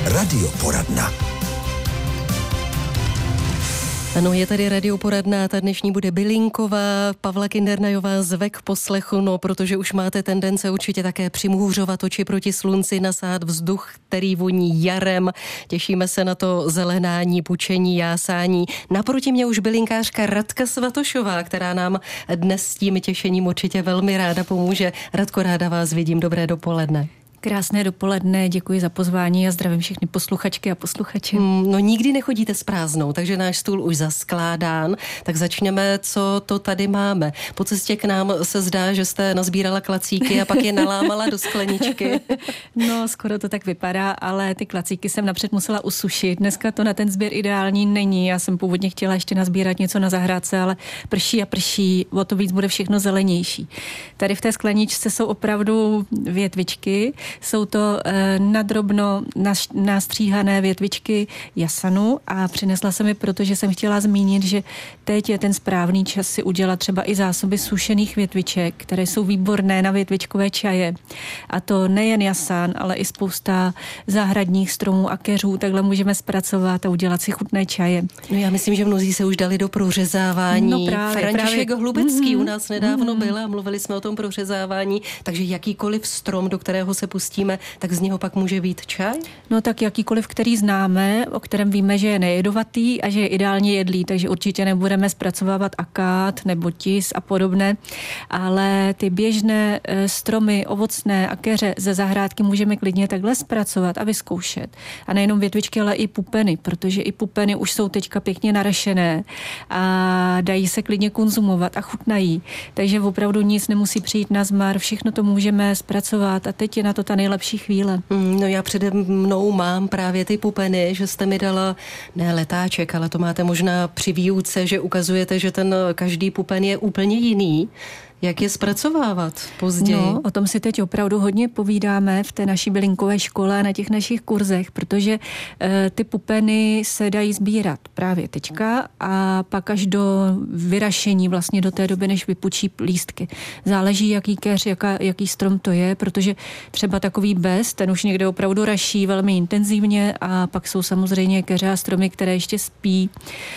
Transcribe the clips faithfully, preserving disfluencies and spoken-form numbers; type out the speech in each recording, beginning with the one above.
Radioporadna. Ano, je tady radioporadna, ta dnešní bude bylinková. Pavla Kindernajová zve k poslechu, no, protože už máte tendence určitě také přimhůřovat oči proti slunci, nasát vzduch, který voní jarem. Těšíme se na to zelenání, pučení, jásání. Naproti mě už bylinkářka Radka Svatošová, která nám dnes s tím těšením určitě velmi ráda pomůže. Radko, ráda vás vidím, dobré dopoledne. Krásné dopoledne, děkuji za pozvání a zdravím všechny posluchačky a posluchače. Hmm, no nikdy nechodíte s prázdnou, takže náš stůl už zaskládán, tak začněme, co to tady máme. Po cestě k nám se zdá, že jste nazbírala klacíky a pak je nalámala do skleničky. No, skoro to tak vypadá, ale ty klacíky jsem napřed musela usušit. Dneska to na ten sběr ideální není. Já jsem původně chtěla ještě nazbírat něco na zahrádce, ale prší a prší, o to víc bude všechno zelenější. Tady v té skleničce jsou opravdu větvičky. Jsou to e, nadrobno naš, nastříhané větvičky jasanu a přinesla jsem je, protože jsem chtěla zmínit, že teď je ten správný čas si udělat třeba i zásoby sušených větviček, které jsou výborné na větvičkové čaje. A to nejen jasan, ale i spousta zahradních stromů a keřů, takhle můžeme zpracovat a udělat si chutné čaje. No já myslím, že mnozí se už dali do prořezávání. No právě, František právě. Hlubecký mm-hmm. u nás nedávno mm-hmm. byl a mluvili jsme o tom prořezávání, takže jakýkoliv strom, do kterého se pustíme, tak z něho pak může být čaj? No tak jakýkoliv, který známe, o kterém víme, že je nejedovatý a že je ideálně jedlý, takže určitě nebudeme zpracovávat akát nebo tis a podobné, ale ty běžné stromy, ovocné a keře ze zahrádky můžeme klidně takhle zpracovat a vyzkoušet. A nejenom větvičky, ale i pupeny, protože i pupeny už jsou teďka pěkně narešené a dají se klidně konzumovat a chutnají. Takže opravdu nic nemusí přijít na zmar, všechno to můžeme zpracovat a teď je na to ta nejlepší chvíle. Mm, no já přede mnou mám právě ty pupeny, že jste mi dala, ne letáček, ale to máte možná při výuce, že ukazujete, že ten každý pupen je úplně jiný. Jak je zpracovávat později? No, o tom si teď opravdu hodně povídáme v té naší bylinkové škole a na těch našich kurzech, protože e, ty pupeny se dají sbírat právě teďka a pak až do vyrašení, vlastně do té doby, než vypučí lístky. Záleží, jaký keř, jaká, jaký strom to je, protože třeba takový bez, ten už někde opravdu raší velmi intenzivně a pak jsou samozřejmě keře a stromy, které ještě spí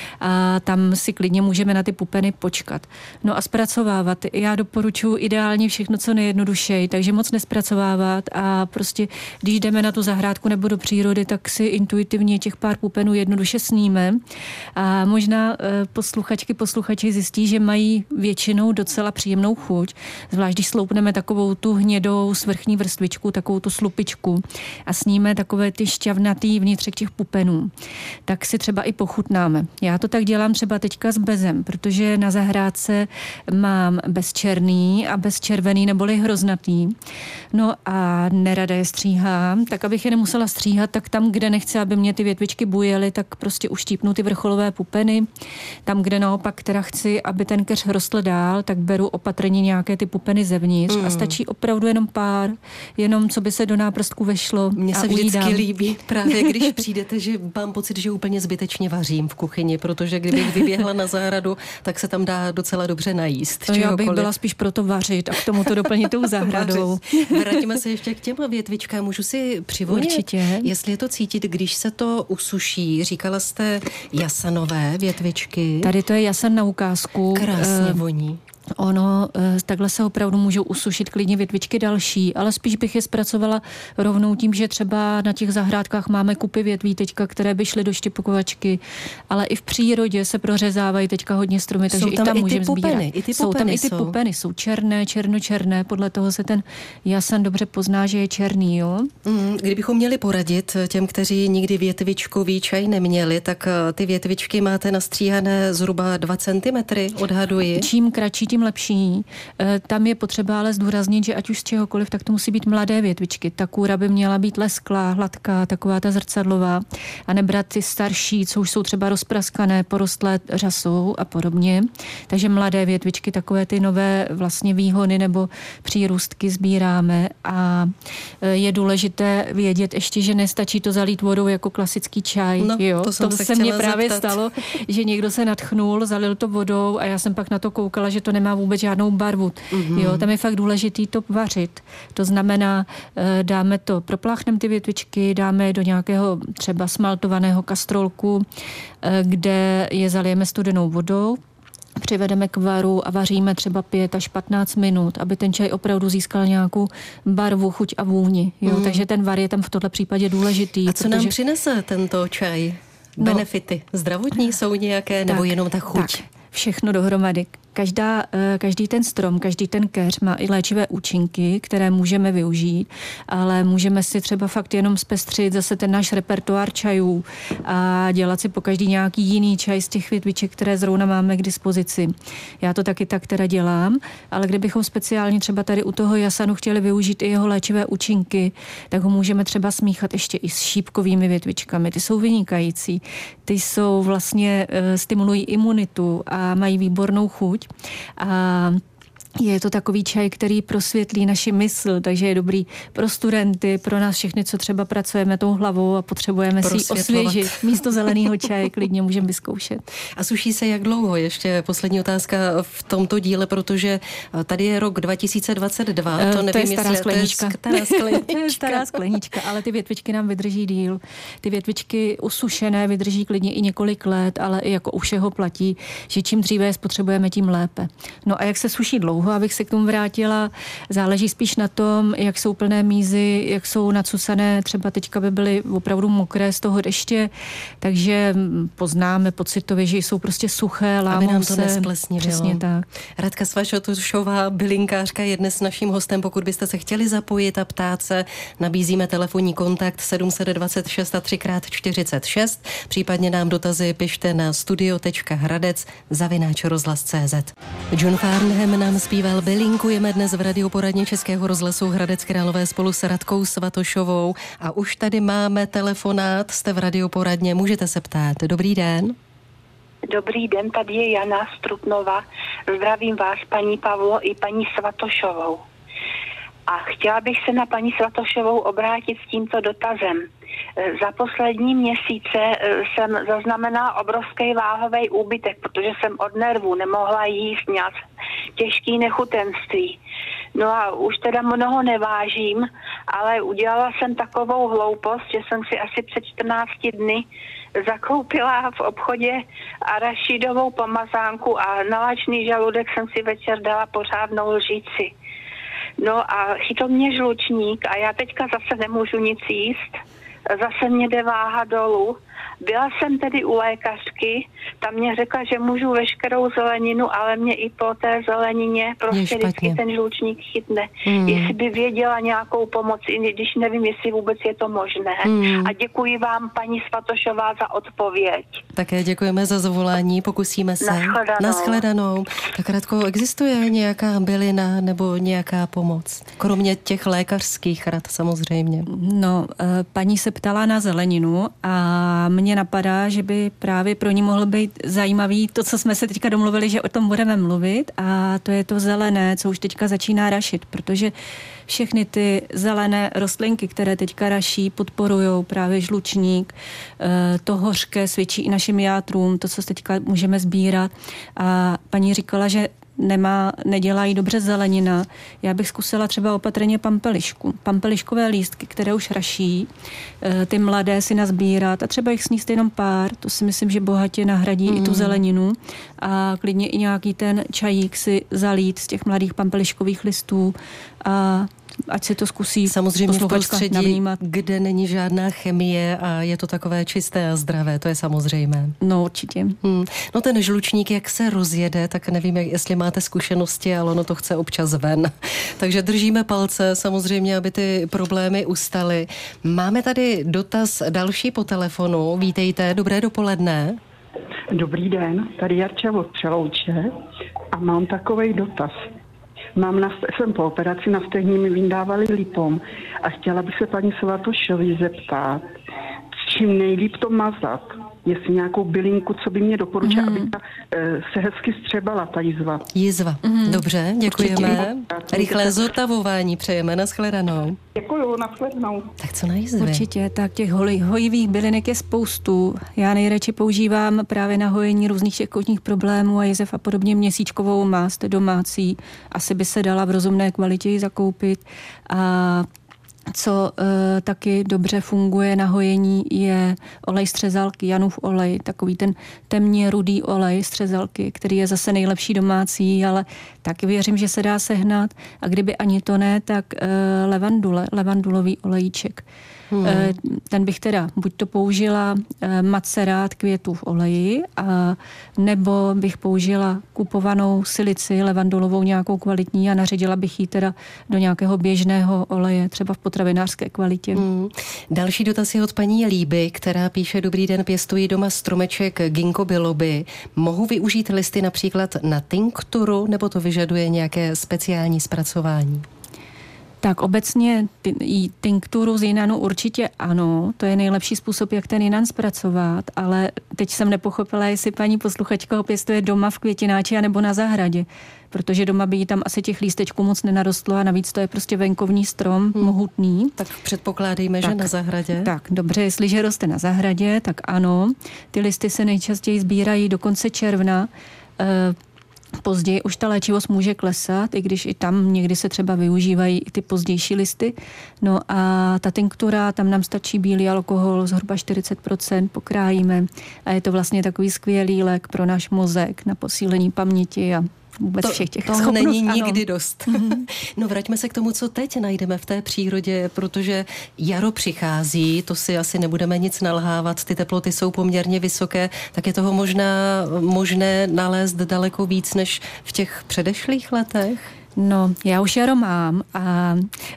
a tam si klidně můžeme na ty pupeny počkat. No a zpracovávat. Já doporučuji ideálně všechno, co nejjednodušeji, takže moc nespracovávat a prostě, když jdeme na tu zahrádku nebo do přírody, tak si intuitivně těch pár pupenů jednoduše sníme a možná posluchačky, posluchači zjistí, že mají většinou docela příjemnou chuť, zvlášť když sloupneme takovou tu hnědou svrchní vrstvičku, takovou tu slupičku a sníme takové ty šťavnatý vnitřek těch pupenů, tak si třeba i pochutnáme. Já to tak dělám třeba teďka s bezem, protože na zahrádce mám bez černý a bez červený neboli hroznatý. No a nerada je stříhám, tak abych je nemusela stříhat, tak tam, kde nechci, aby mě ty větvičky bujely, tak prostě uštípnu ty vrcholové pupeny. Tam, kde naopak teda chci, aby ten keř rostl dál, tak beru opatrně nějaké ty pupeny zevnitř mm. a stačí opravdu jenom pár, jenom co by se do náprstku vešlo. Mně se a vždycky ujídám. líbí právě, když přijdete, že mám pocit, že úplně zbytečně vařím v kuchyni, protože kdybych vyběhla na zahradu, tak se tam dá docela dobře najíst. To já bych byla spíš proto vařit a k tomu to doplnit tou zahradou. Vrátíme se ještě k těma větvičkám. Můžu si přivonit, určitě, jestli je to cítit, když se to usuší. Říkala jste jasanové větvičky. Tady to je jasan na ukázku. Krásně voní. Ono, takhle se opravdu můžou usušit klidně větvičky další, ale spíš bych je zpracovala rovnou tím, že třeba na těch zahrádkách máme kupy větví teďka, které by šly do štěpokovačky, ale i v přírodě se prořezávají teďka hodně stromy, takže jsou i tam, tam i můžeme pupeny, sbírat. I ty jsou tam i ty jsou. pupeny, jsou černé, černočerné, podle toho se ten jasan dobře pozná, že je černý, jo? Mm, kdybychom měli poradit těm, kteří nikdy větvičkový čaj neměli, tak ty větvičky máte nastříhané zhruba dva centimetry, odhaduji. Čím kratší, tím lepší. Tam je potřeba ale zdůraznit, že ať už z čehokoliv, tak to musí být mladé větvičky. Ta kůra by měla být lesklá, hladká, taková ta zrcadlová a nebrat ty starší, co už jsou třeba rozpraskané, porostlé řasou a podobně. Takže mladé větvičky, takové ty nové vlastně výhony nebo přírůstky sbíráme a je důležité vědět ještě, že nestačí to zalít vodou jako klasický čaj. No, jo? To, to se, se mně zeptat. právě stalo, že někdo se nadchnul, zalil to vodou a já jsem pak na to koukala, že to nemá nemá vůbec žádnou barvu. Mm-hmm. Jo, tam je fakt důležitý to vařit. To znamená, dáme to, propláchneme ty větvičky, dáme je do nějakého třeba smaltovaného kastrolku, kde je zalijeme studenou vodou, přivedeme k varu a vaříme třeba pět až patnáct minut, aby ten čaj opravdu získal nějakou barvu, chuť a vůni. Jo? Mm. Takže ten var je tam v tomto případě důležitý. A co protože... nám přinese tento čaj? Benefity no, zdravotní jsou nějaké, nebo tak, jenom ta chuť? Tak, všechno dohromady. Každá, každý ten strom, každý ten keř má i léčivé účinky, které můžeme využít, ale můžeme si třeba fakt jenom zpestřit zase ten náš repertoár čajů a dělat si po každý nějaký jiný čaj z těch větviček, které zrovna máme k dispozici. Já to taky tak teda dělám, ale kdybychom speciálně třeba tady u toho jasanu chtěli využít i jeho léčivé účinky, tak ho můžeme třeba smíchat ještě i s šípkovými větvičkami. Ty jsou vynikající. Ty jsou vlastně, stimulují imunitu a mají výbornou chuť. A je to takový čaj, který prosvětlí naši mysl, takže je dobrý pro studenty, pro nás všechny, co třeba pracujeme tou hlavou a potřebujeme si ji osvěžit. Místo zeleného čaje klidně můžeme vyzkoušet. A suší se jak dlouho? Ještě poslední otázka v tomto díle, protože tady je rok dva tisíce dvacet dva. To, to nevím, je stará sklenička. To je stará sklenička. To je stará sklenička, ale ty větvičky nám vydrží díl. Ty větvičky usušené vydrží klidně i několik let, ale i jako u všeho platí, že čím dříve je spotřebujeme, tím lépe. No a jak se suší dlouho, abych se k tomu vrátila, záleží spíš na tom, jak jsou plné mízy, jak jsou nacucané, třeba teďka by byly opravdu mokré z toho deště, takže poznáme pocitově, že jsou prostě suché, lámou se. Aby nám to nesplesnilo. Přesně tak. Radka Svačotušová, bylinkářka, je dnes naším hostem. Pokud byste se chtěli zapojit a ptát se, nabízíme telefonní kontakt sedm set dvacet šest a tři krát čtyřicet šest, případně nám dotazy pište na studio tečka hradec zavináč rozhlas tečka cé zet. John Farnham nám zpíval Bylinkujeme dnes v radioporadně Českého rozhlasu Hradec Králové spolu s Radkou Svatošovou a už tady máme telefonát, jste v radioporadně, můžete se ptát. Dobrý den. Dobrý den, tady je Jana Strutnova. Zdravím vás, paní Pavlo i paní Svatošovou. A chtěla bych se na paní Svatošovou obrátit s tímto dotazem. Za poslední měsíce jsem zaznamenala obrovský váhový úbytek, protože jsem od nervů nemohla jíst nějak těžký nechutenství. No a už teda mnoho nevážím, ale udělala jsem takovou hloupost, že jsem si asi před čtrnácti dny zakoupila v obchodě arašidovou pomazánku a na lačný žaludek jsem si večer dala pořádnou lžíci. No a chytl mě žlučník a já teďka zase nemůžu nic jíst. Zase mě jde váha dolů. Byla jsem tedy u lékařky, tam mě řekla, že můžu veškerou zeleninu, ale mě i po té zelenině prostě vždycky ten žlučník chytne. Mm. Jestli by věděla nějakou pomoc, i když nevím, jestli vůbec je to možné. Mm. A děkuji vám, paní Svatošová, za odpověď. Také děkujeme za zavolání, pokusíme se. Nashledanou. Nashledanou. Tak Radko, existuje nějaká bylina nebo nějaká pomoc? Kromě těch lékařských rad samozřejmě. No, paní se ptala na zeleninu a mě napadá, že by právě pro ní mohlo být zajímavý to, co jsme se teďka domluvili, že o tom budeme mluvit, a to je to zelené, co už teďka začíná rašit, protože všechny ty zelené rostlinky, které teďka raší, podporujou právě žlučník, to hořké svědčí i našim játrům, to, co teďka můžeme sbírat. A paní říkala, že nemá, nedělají dobře zelenina. Já bych zkusila třeba opatrně pampelišku. Pampeliškové lístky, které už raší, ty mladé si nazbírat a třeba jich sníst jenom pár. To si myslím, že bohatě nahradí mm. i tu zeleninu. A klidně i nějaký ten čajík si zalít z těch mladých pampeliškových listů a ať si to zkusí samozřejmě v prostředí, navnímat, kde není žádná chemie a je to takové čisté a zdravé, to je samozřejmé. No určitě. Hmm. No ten žlučník, jak se rozjede, tak nevím, jak, jestli máte zkušenosti, ale ono to chce občas ven. Takže držíme palce samozřejmě, aby ty problémy ustaly. Máme tady dotaz další po telefonu. Vítejte, dobré dopoledne. Dobrý den, tady Jarča od Přelouče a mám takovej dotaz. Mám na, jsem po operaci, na stehni mi vyndávali lipom a chtěla bych se paní Svatošový zeptat, s čím nejlíp to mazat. jestli nějakou bylinku, co by mě doporučila, mm. aby ta, e, se hezky střebala ta jizva. Jizva. Mm. Dobře, děkujeme. Rychlé zotavování přejeme. Nashledanou. Děkuju, nashledanou. Tak co na jizvy? Určitě, tak těch hojivých bylinek je spoustu. Já nejradši používám právě na hojení různých těch kožních problémů a jizev a podobně měsíčkovou mást domácí. Asi by se dala v rozumné kvalitě ji zakoupit. A co e, taky dobře funguje na hojení, je olej střezalky, Janův olej, takový ten temně rudý olej střezalky, který je zase nejlepší domácí, ale taky věřím, že se dá sehnat. A kdyby ani to ne, tak e, levandule, levandulový olejíček. Hmm. E, ten bych teda buď to použila e, macerát květů v oleji, a nebo bych použila kupovanou silici levandulovou nějakou kvalitní a naředila bych ji teda do nějakého běžného oleje, třeba v potravinářské kvalitě. Hmm. Další dotaz je od paní Líby, která píše: Dobrý den, pěstuji doma stromeček ginkgo biloby. Mohu využít listy například na tinkturu, nebo to vyžaduje nějaké speciální zpracování? Tak obecně t- tinkturu z jinanu určitě ano, to je nejlepší způsob, jak ten jinan zpracovat, ale teď jsem nepochopila, jestli paní posluchačka ho pěstuje doma v květináči anebo na zahradě, protože doma by jí tam asi těch lístečků moc nenarostlo a navíc to je prostě venkovní strom, hmm. mohutný. Tak předpokládejme, tak, že na zahradě. Tak, dobře, jestliže roste na zahradě, tak ano, ty listy se nejčastěji sbírají do konce června. E, Později už ta léčivost může klesat, i když i tam někdy se třeba využívají i ty pozdější listy. No a ta tinktura, tam nám stačí bílý alkohol, zhruba čtyřicet procent pokrájíme a je to vlastně takový skvělý lék pro náš mozek na posílení paměti a vůbec to, všech těch toho schopností. není nikdy dost. Mm-hmm. No vraťme se k tomu, co teď najdeme v té přírodě, protože jaro přichází, to si asi nebudeme nic nalhávat, ty teploty jsou poměrně vysoké, tak je toho možná možné nalézt daleko víc než v těch předešlých letech? No, já už jaro mám a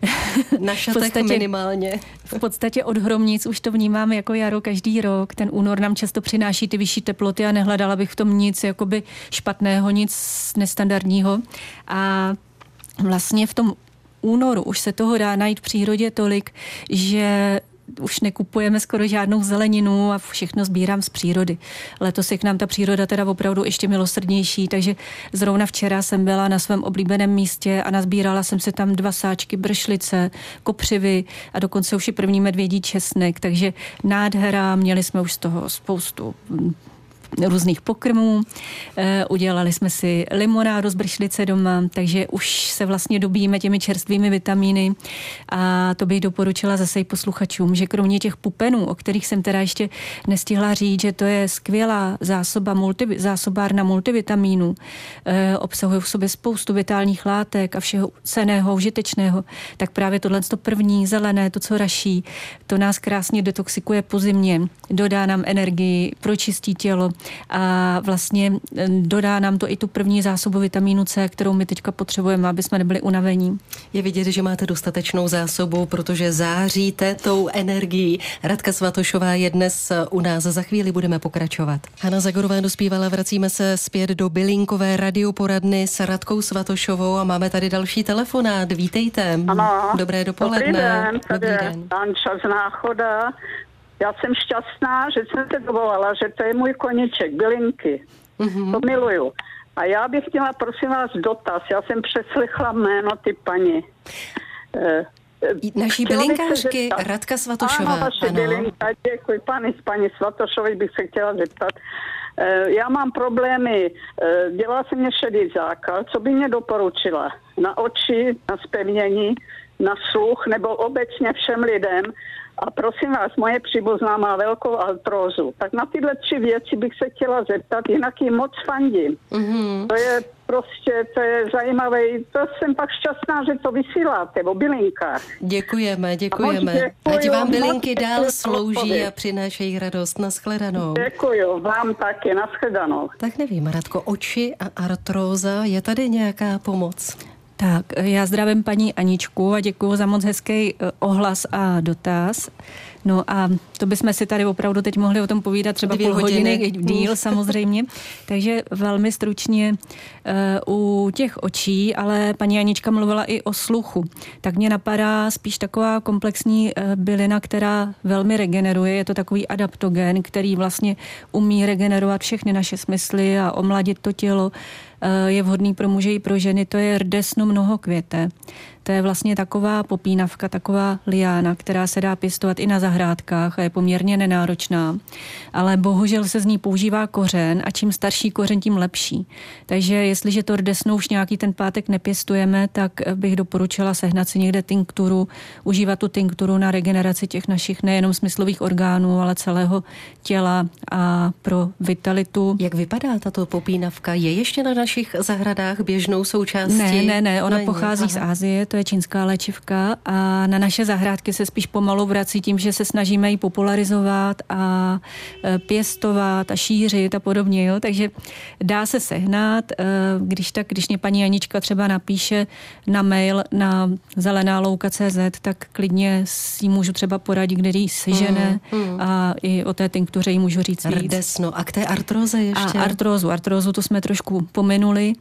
na šatech podstatě, minimálně. V podstatě od hromnic už to vnímám jako jaro každý rok. Ten únor nám často přináší ty vyšší teploty a nehledala bych v tom nic jakoby špatného, nic nestandardního. A vlastně v tom únoru už se toho dá najít v přírodě tolik, že už nekupujeme skoro žádnou zeleninu a všechno sbírám z přírody. Letos je k nám ta příroda teda opravdu ještě milosrdnější, takže zrovna včera jsem byla na svém oblíbeném místě a nazbírala jsem se tam dva sáčky bršlice, kopřivy a dokonce už i první medvědí česnek, takže nádhera, měli jsme už z toho spoustu různých pokrmů. E, udělali jsme si limonádu z bršlice doma, takže už se vlastně dobíjíme těmi čerstvými vitamíny a to bych doporučila zase i posluchačům, že kromě těch pupenů, o kterých jsem teda ještě nestihla říct, že to je skvělá zásoba multi, zásobárna multivitamínů, e, obsahuje v sobě spoustu vitálních látek a všeho cenného, užitečného, tak právě tohle to první, zelené, to, co raší, to nás krásně detoxikuje po zimě, dodá nám energii, pročistí tělo a vlastně dodá nám to i tu první zásobu vitamínu C, kterou my teďka potřebujeme, aby jsme nebyli unavení. Je vidět, že máte dostatečnou zásobu, protože záříte tou energií. Radka Svatošová je dnes u nás. Za chvíli budeme pokračovat. Hana Zagorová dospívala, vracíme se zpět do bylinkové radioporadny s Radkou Svatošovou a máme tady další telefonát. Vítejte. Ano. Dobré dopoledne. Dobrý den, Dobrý den. Anča z Náchoda. Já jsem šťastná, že jsem se dovolala, že to je můj koníček, bylinky. Mm-hmm. To miluju. A já bych chtěla, prosím vás, dotaz. Já jsem přeslechla jméno ty paní. E, Naší bylinkářky Radka Svatošová. Ano, vaše ano. bylinka, děkuji. Paní, paní Svatošové bych se chtěla zeptat. E, já mám problémy, e, dělá se mě šedý zákal, co by mě doporučila? Na oči, na zpevnění, na sluch, nebo obecně všem lidem. A prosím vás, moje příbuzná má velkou artrózu. Tak na tyhle tři věci bych se chtěla zeptat, jinak jí moc fandím. Mm-hmm. To je prostě, to je zajímavé. To jsem pak šťastná, že to vysíláte o bylinkách. Děkujeme, děkujeme. Děkuju, ať vám bylinky dál slouží a přinášejí radost. Nashledanou. Děkuju, vám taky, nashledanou. Tak nevím, Radko, oči a artróza, je tady nějaká pomoc? Tak, já zdravím paní Aničku a děkuji za moc hezký ohlas a dotaz. No a to bychom si tady opravdu teď mohli o tom povídat třeba Dvě půl hodiny, hodiny. díl samozřejmě. Takže velmi stručně uh, u těch očí, ale paní Anička mluvila i o sluchu. Tak mě napadá spíš taková komplexní uh, bylina, která velmi regeneruje. Je to takový adaptogen, který vlastně umí regenerovat všechny naše smysly a omladit to tělo. Je vhodný pro muže i pro ženy, to je rdesno mnohokvěte. To je vlastně taková popínavka, taková liána, která se dá pěstovat i na zahrádkách a je poměrně nenáročná. Ale bohužel se z ní používá kořen a čím starší kořen, tím lepší. Takže jestliže to rdesno už nějaký ten pátek nepěstujeme, tak bych doporučila sehnat si někde tinkturu, užívat tu tinkturu na regeneraci těch našich nejenom smyslových orgánů, ale celého těla a pro vitalitu. Jak vypadá tato popínavka? Je ještě na našich zahradách běžnou součástí? Ne, ne, ne, ona Není. pochází Aha. z Asie, to je čínská léčivka a na naše zahrádky se spíš pomalu vrací tím, že se snažíme ji popularizovat a pěstovat a šířit a podobně, jo? Takže dá se sehnat, když tak, když mě paní Anička třeba napíše na mail na zelená louka tečka cé zet, tak klidně si můžu třeba poradit, kde ji sežene mm, mm. a i o té tinktuře jí můžu říct víc. Rdesno. A k té artróze ještě? A artrózu, artrózu to jsme trošku pominuli.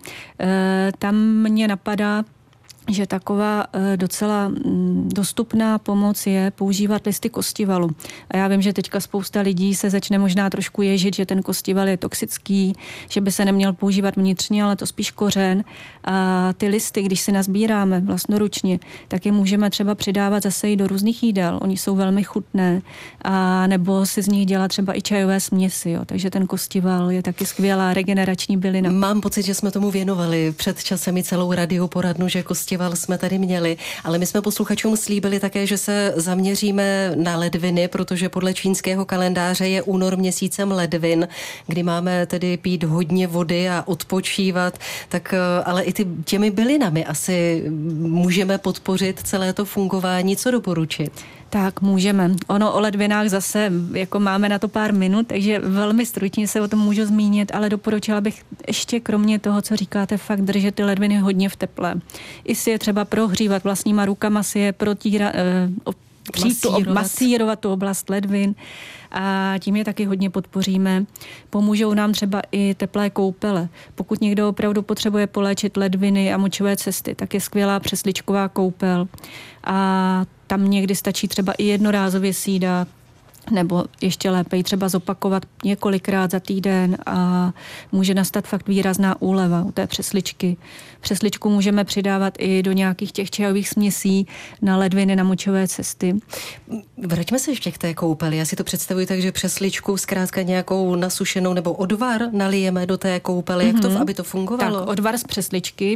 E, tam mě napadá, že taková docela dostupná pomoc je používat listy kostivalu. A já vím, že teďka spousta lidí se začne možná trošku ježit, že ten kostival je toxický, že by se neměl používat vnitřně, ale to spíš kořen. A ty listy, když si nazbíráme vlastnoručně, tak je můžeme třeba přidávat zase i do různých jídel. Oni jsou velmi chutné. A nebo si z nich dělat třeba i čajové směsi. Jo. Takže ten kostival je taky skvělá regenerační bylina. Mám pocit, že jsme tomu věnovali před časem i celou radioporadnu, že kostival jsme tady měli, ale my jsme posluchačům slíbili také, že se zaměříme na ledviny, protože podle čínského kalendáře je únor měsícem ledvin, kdy máme tedy pít hodně vody a odpočívat, tak ale i ty, těmi bylinami asi můžeme podpořit celé to fungování. Co doporučit? Tak, můžeme. Ono o ledvinách zase, jako máme na to pár minut, takže velmi stručně se o tom můžu zmínit, ale doporučila bych ještě kromě toho, co říkáte, fakt držet ty ledviny hodně v teple. I si je třeba prohřívat vlastníma rukama, si je protírat, eh, masírovat. Tu, masírovat tu oblast ledvin a tím je taky hodně podpoříme. Pomůžou nám třeba i teplé koupele. Pokud někdo opravdu potřebuje poléčit ledviny a močové cesty, tak je skvělá přesličková koupel. A tam někdy stačí třeba i jednorázově sídat, nebo ještě lépe ji třeba zopakovat několikrát za týden a může nastat fakt výrazná úleva u té přesličky. Přesličku můžeme přidávat i do nějakých těch čajových směsí na ledviny, na močové cesty. Vraťme se ještě k té koupeli. Já si to představuji tak, že přesličku zkrátka nějakou nasušenou nebo odvar nalijeme do té koupele, jak to, aby to fungovalo? Tak odvar z přesličky,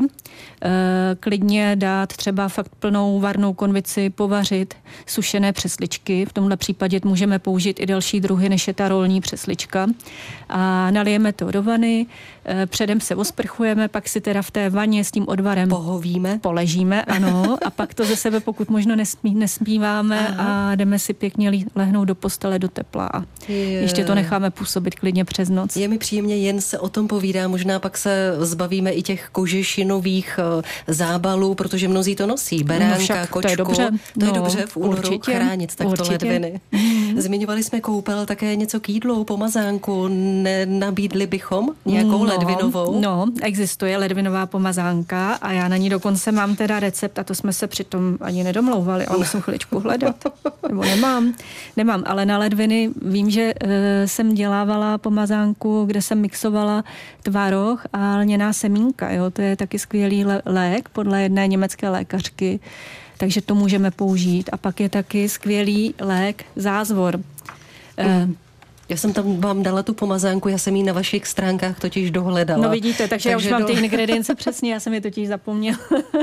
e, klidně dát třeba fakt plnou varnou konvici, povařit sušené přesličky. V tomhle případě můžeme použít i další druhy, než je ta rolní přeslička. A nalijeme to do vany, e, předem se osprchujeme, pak si teda v té vaně s tím odvarem pohovíme, poležíme, ano, a pak to ze sebe pokud možno nesmí, nesmíváme Aha. a jdeme si pěkně lehnout do postele, do tepla a je. ještě to necháme působit klidně přes noc. Je mi příjemně, jen se o tom povídá, možná pak se zbavíme i těch kožešinových zábalů, protože mnozí to nosí, beránka, no však, kočku. To je dobře, to je no, dobře v únoru určitě, chránit takto určitě. ledviny. Mm. Zmiňovali jsme koupel, také něco k jídlu, pomazánku, nenabídli bychom nějakou no, ledvinovou? No, existuje ledvinová pomazánka a já na ní dokonce mám teda recept a to jsme se přitom ani nedomlouvali, ale musím chviličku hledat. Nebo nemám, nemám, ale na ledviny vím, že e, jsem dělávala pomazánku, kde jsem mixovala tvaroh a lněná semínka, jo, to je taky skvělý lék podle jedné německé lékařky, takže to můžeme použít a pak je taky skvělý lék zázvor. E, Já jsem tam vám dala tu pomazánku, já jsem ji na vašich stránkách totiž dohledala. No vidíte, takže, takže já už do... mám ty ingredience přesně, já jsem je totiž zapomněla.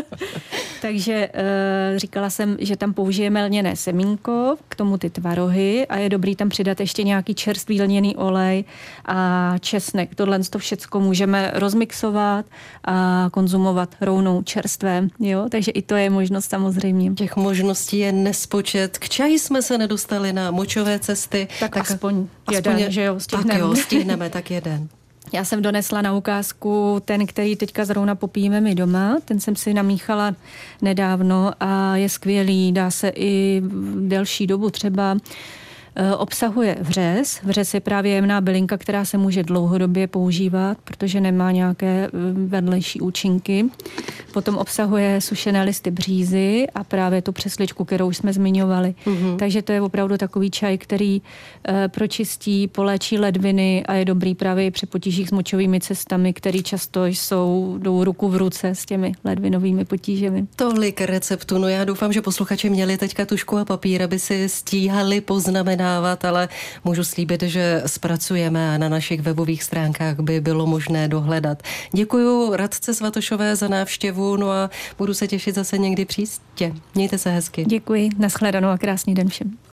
takže e, říkala jsem, že tam použijeme lněné semínko, k tomu ty tvarohy a je dobrý tam přidat ještě nějaký čerstvý lněný olej a česnek. Tohle to všecko můžeme rozmixovat a konzumovat rovnou čerstvé. Jo? Takže i to je možnost samozřejmě. Těch možností je nespočet. K čaji jsme se nedostali na močové cesty. Tak, tak aspoň jeden, je, že jo, stihneme. Tak jo, stihneme, tak jeden. Já jsem donesla na ukázku ten, který teďka zrovna popijeme my doma. Ten jsem si namíchala nedávno a je skvělý. Dá se i delší dobu třeba. Obsahuje vřes. Vřes je právě jemná bylinka, která se může dlouhodobě používat, protože nemá nějaké vedlejší účinky. Potom obsahuje sušené listy břízy a právě tu přesličku, kterou jsme zmiňovali. Mm-hmm. Takže to je opravdu takový čaj, který e, pročistí, poléčí ledviny a je dobrý právě při potížích s močovými cestami, které často jsou jdou ruku v ruce s těmi ledvinovými potížemi. Tolik receptu. No já doufám, že posluchači měli teďka tužku a papír, aby si stíhali poznamenávat, ale můžu slíbit, že zpracujeme a na našich webových stránkách by bylo možné dohledat. Děkuju Radce Svatošové za návštěvu, no a budu se těšit zase někdy příště. Mějte se hezky. Děkuji, nashledanou a krásný den všem.